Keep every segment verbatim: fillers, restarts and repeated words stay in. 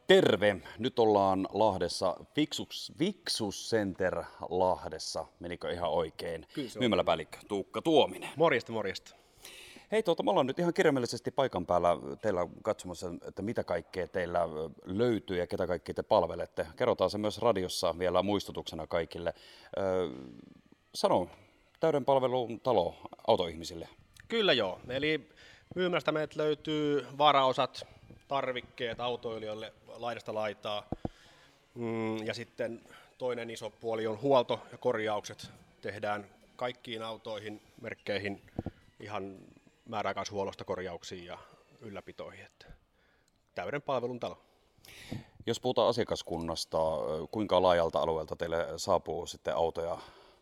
Terve! Nyt ollaan Lahdessa, Fixus, Fixus Center Lahdessa. Menikö ihan oikein? Kyllä se on. Myymäläpäällikkö Tuukka Tuominen. Morjesta, morjesta. Hei, tuota, me ollaan nyt ihan kirjaimellisesti paikan päällä teillä katsomassa, että mitä kaikkea teillä löytyy ja ketä kaikkia te palvelette. Kerrotaan se myös radiossa vielä muistutuksena kaikille. Öö, sano, täyden palvelun talo autoihmisille. Kyllä joo. Eli myymästä meiltä löytyy varaosat, tarvikkeet autoilijoille laidasta laitaa. Mm, ja sitten toinen iso puoli on huolto ja korjaukset. Tehdään kaikkiin autoihin, merkkeihin ihan määräaikaishuollosta korjauksiin ja ylläpitoihin. Että täyden palvelun talo. Jos puhutaan asiakaskunnasta, kuinka laajalta alueelta teille saapuu sitten autoja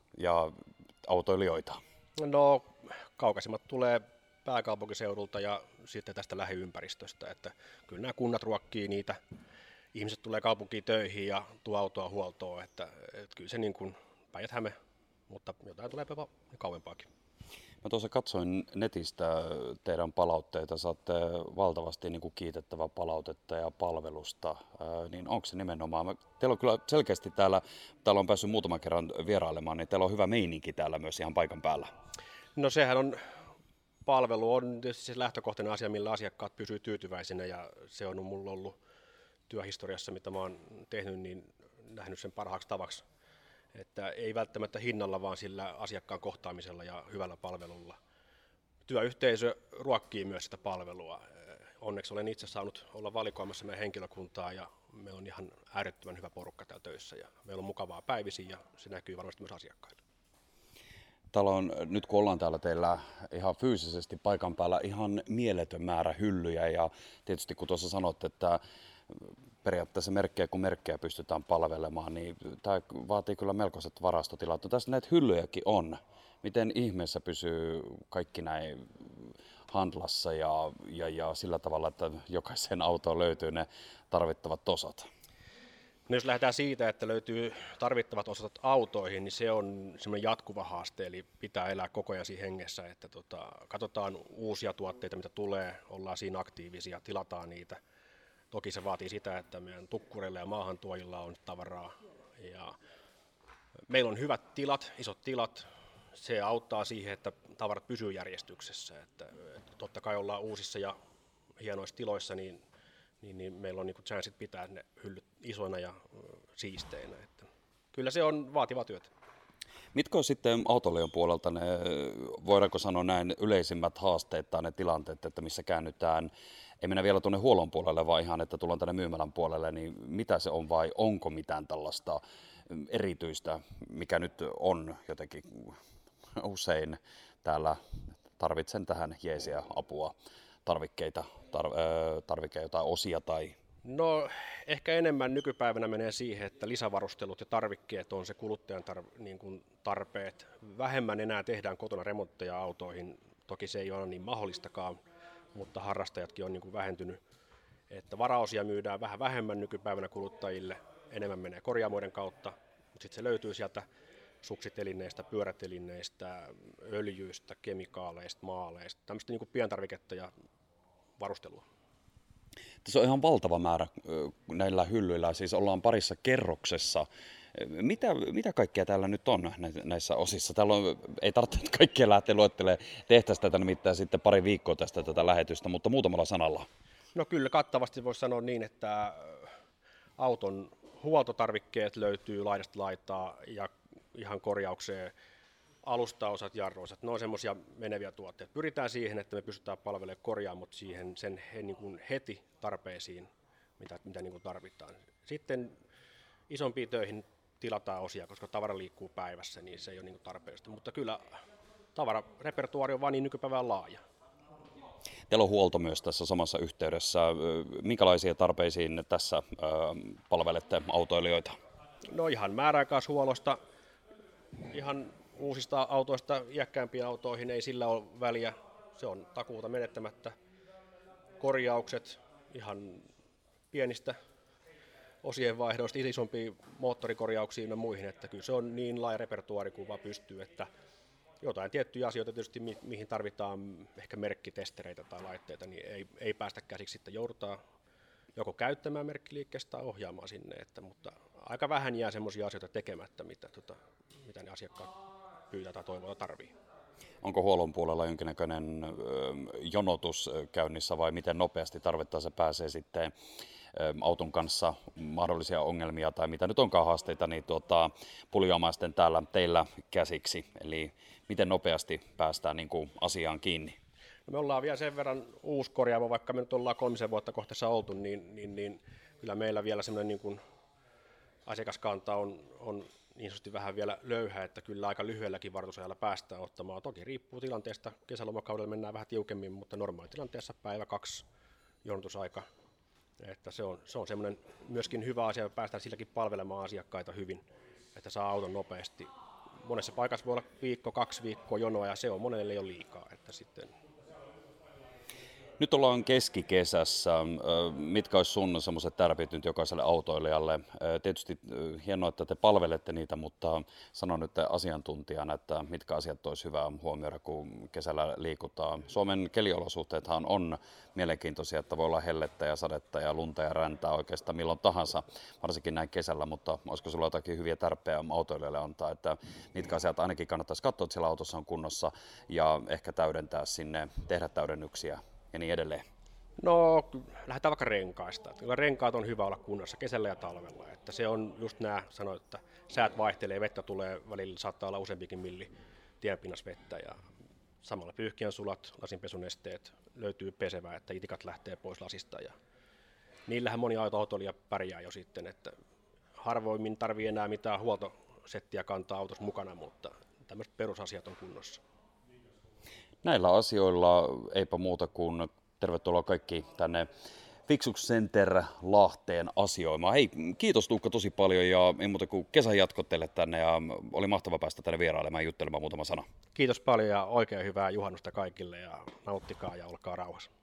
ja autoilijoita? No, kaukaisimmat tulee pääkaupunkiseudulta ja sitten tästä lähiympäristöstä, että kyllä nämä kunnat ruokkii niitä. Ihmiset tulee kaupunkiin töihin ja tuo autoa huoltoon, että, että kyllä se niin kuin Päijät-Häme, mutta jotain tulee jopa kauempaakin. Mä tuossa katsoin netistä teidän palautteita, saatte valtavasti niin kuin kiitettävää palautetta ja palvelusta, Ää, niin onko se nimenomaan? Teillä on kyllä selkeästi täällä, täällä on päässyt muutaman kerran vierailemaan, niin teillä on hyvä meininki täällä myös ihan paikan päällä. No sehän on, palvelu on tietysti se lähtökohtainen asia, millä asiakkaat pysyy tyytyväisinä ja se on mulla ollut työhistoriassa, mitä mä oon tehnyt, niin nähnyt sen parhaaksi tavaksi. Että ei välttämättä hinnalla, vaan sillä asiakkaan kohtaamisella ja hyvällä palvelulla. Työyhteisö ruokkii myös sitä palvelua. Onneksi olen itse saanut olla valikoimassa meidän henkilökuntaa ja meillä on ihan äärettömän hyvä porukka täällä töissä. Ja meillä on mukavaa päivisin ja se näkyy varmasti myös asiakkaille. Täällä on, nyt kun ollaan täällä teillä ihan fyysisesti paikan päällä, ihan mieletön määrä hyllyjä ja tietysti kun tuossa sanot, että periaatteessa merkkejä kun merkkejä pystytään palvelemaan, niin tämä vaatii kyllä melkoiset varastotilat. No tässä näitä hyllyjäkin on. Miten ihmeessä pysyy kaikki näin handlassa ja, ja, ja sillä tavalla, että jokaisen autoon löytyy ne tarvittavat osat? No jos lähdetään siitä, että löytyy tarvittavat osat autoihin, niin se on semmoinen jatkuva haaste, eli pitää elää koko ajan siinä hengessä, että tota, katsotaan uusia tuotteita, mitä tulee, ollaan siinä aktiivisia, tilataan niitä. Toki se vaatii sitä, että meidän tukkureilla ja maahantuojilla on tavaraa. Ja meillä on hyvät tilat, isot tilat. Se auttaa siihen, että tavarat pysyy järjestyksessä. Että, että totta kai ollaan uusissa ja hienoissa tiloissa, niin, niin, niin meillä on niin chanssit pitää ne hyllyt isoina ja siisteinä. Että kyllä se on vaativaa työtä. Mitkä on sitten autoilijan puolelta ne, voidaanko sanoa näin, yleisimmät haasteet tai ne tilanteet, että missä käännytään, ei mennä vielä tuonne huollon puolelle, vaan ihan, että tullaan tänne myymälän puolelle, niin mitä se on vai onko mitään tällaista erityistä, mikä nyt on jotenkin usein täällä, tarvitsen tähän jeesiä, apua, tarvikkeita, tar, tarvikkeita, jotain osia tai... No ehkä enemmän nykypäivänä menee siihen, että lisävarustelut ja tarvikkeet on se kuluttajan tar- niin kuin tarpeet. Vähemmän enää tehdään kotona remontteja autoihin, toki se ei ole niin mahdollistakaan, mutta harrastajatkin on niin kuin vähentynyt. Että varaosia myydään vähän vähemmän nykypäivänä kuluttajille, enemmän menee korjaamoiden kautta, mutta sitten se löytyy sieltä suksitelineistä, pyörätelineistä, öljyistä, kemikaaleista, maaleista, tämmöistä niin kuin pientarviketta ja varustelua. Tässä on ihan valtava määrä näillä hyllyillä, siis ollaan parissa kerroksessa. Mitä, mitä kaikkea täällä nyt on näissä osissa? Täällä on, ei tarvitse kaikkia lähteä luettelemaan, tehtäisiin tätä nimittäin sitten pari viikkoa tästä tätä lähetystä, mutta muutamalla sanalla. No kyllä kattavasti voisi sanoa niin, että auton huoltotarvikkeet löytyy laidasta laitaa ja ihan korjaukseen alustaosat, jarruosat, ne on semmoisia meneviä tuotteita. Pyritään siihen, että me pystytään palvelemaan korjaamot siihen sen he, niin kuin heti tarpeisiin, mitä, mitä niin kuin tarvitaan. Sitten isompiin töihin tilataan osia, koska tavara liikkuu päivässä, niin se ei ole niin kuin tarpeellista. Mutta kyllä tavararepertuaari on vaan niin nykypäivän laaja. Teillä on huolto myös tässä samassa yhteydessä. Minkälaisiin tarpeisiin tässä palvelette autoilijoita? No ihan määräaikaishuollosta, ihan uusista autoista iäkkäämpiin autoihin ei sillä ole väliä. Se on takuuta menettämättä. Korjaukset ihan pienistä osien vaihdoista isompiin moottorikorjauksiin ja muihin, että kyllä se on niin laaja repertuaari kuin vaan pystyy, että jotain tiettyjä asioita tietysti, mi- mihin tarvitaan ehkä merkkitestereitä tai laitteita, niin ei, ei päästä käsiksi, sitten joudutaan joko käyttämään merkkiliikkeestä tai ohjaamaan sinne, että, mutta aika vähän jää semmoisia asioita tekemättä, mitä, tota, mitä ne asiakkaat pyytää tai toivoo tarvii. Onko huollon puolella jonkinnäköinen ö, jonotus käynnissä vai miten nopeasti tarvittaessa pääsee sitten ö, auton kanssa mahdollisia ongelmia tai mitä nyt onkaan haasteita, niin tuota, puljoamaisten täällä teillä käsiksi, eli miten nopeasti päästään niin kuin asiaan kiinni? No me ollaan vielä sen verran uuskorjaamo, vaikka me nyt ollaan kolmisen vuotta kohteessa oltu, niin, niin, niin kyllä meillä vielä semmoinen niin kuin asiakaskanta on, on niin sanotusti vähän vielä löyhä, että kyllä aika lyhyelläkin varoitusajalla päästään ottamaan. Toki riippuu tilanteesta, kesälomakaudella mennään vähän tiukemmin, mutta normaalitilanteessa päivä kaksi jonotusaika. Että se on, se on semmoinen myöskin hyvä asia, että päästään silläkin palvelemaan asiakkaita hyvin, että saa auton nopeasti. Monessa paikassa voi olla viikko, kaksi viikkoa jonoa ja se on monelle jo liikaa. Että sitten Nyt ollaan keskikesässä. Mitkä olisi sun semmoiset tärpit nyt jokaiselle autoilijalle? Tietysti hienoa, että te palvelette niitä, mutta sano nyt asiantuntijana, että mitkä asiat olisi hyvä huomioida, kun kesällä liikutaan. Suomen keliolosuhteethan on mielenkiintoisia, että voi olla hellettä ja sadetta ja lunta ja räntää oikeastaan milloin tahansa, varsinkin näin kesällä, mutta olisiko sulla jotakin hyviä tärppejä autoilijoille antaa, että mitkä asiat ainakin kannattaisi katsoa, että siellä autossa on kunnossa ja ehkä täydentää sinne, tehdä täydennyksiä ja niin edelleen? No, lähdetään vaikka renkaista. Kyllä renkaat on hyvä olla kunnossa kesällä ja talvella. Että se on just nämä, sanoit, että säät vaihtelee, vettä tulee, välillä saattaa olla useampikin milli tienpinnassa vettä ja samalla pyyhkien sulat, lasinpesunesteet, löytyy pesevää, että itikat lähtee pois lasista ja niillähän moni autoilija pärjää jo sitten, että harvoimmin tarvii enää mitään huoltosettiä kantaa autossa mukana, mutta tämmöiset perusasiat on kunnossa. Näillä asioilla eipä muuta kuin tervetuloa kaikki tänne Fixus Center Lahteen asioimaan. Hei, kiitos Tuukka tosi paljon ja ei muuta kuin kesän jatko teille tänne ja oli mahtava päästä tänne vierailemaan ja juttelemaan muutama sana. Kiitos paljon ja oikein hyvää juhannusta kaikille ja nauttikaa ja olkaa rauhassa.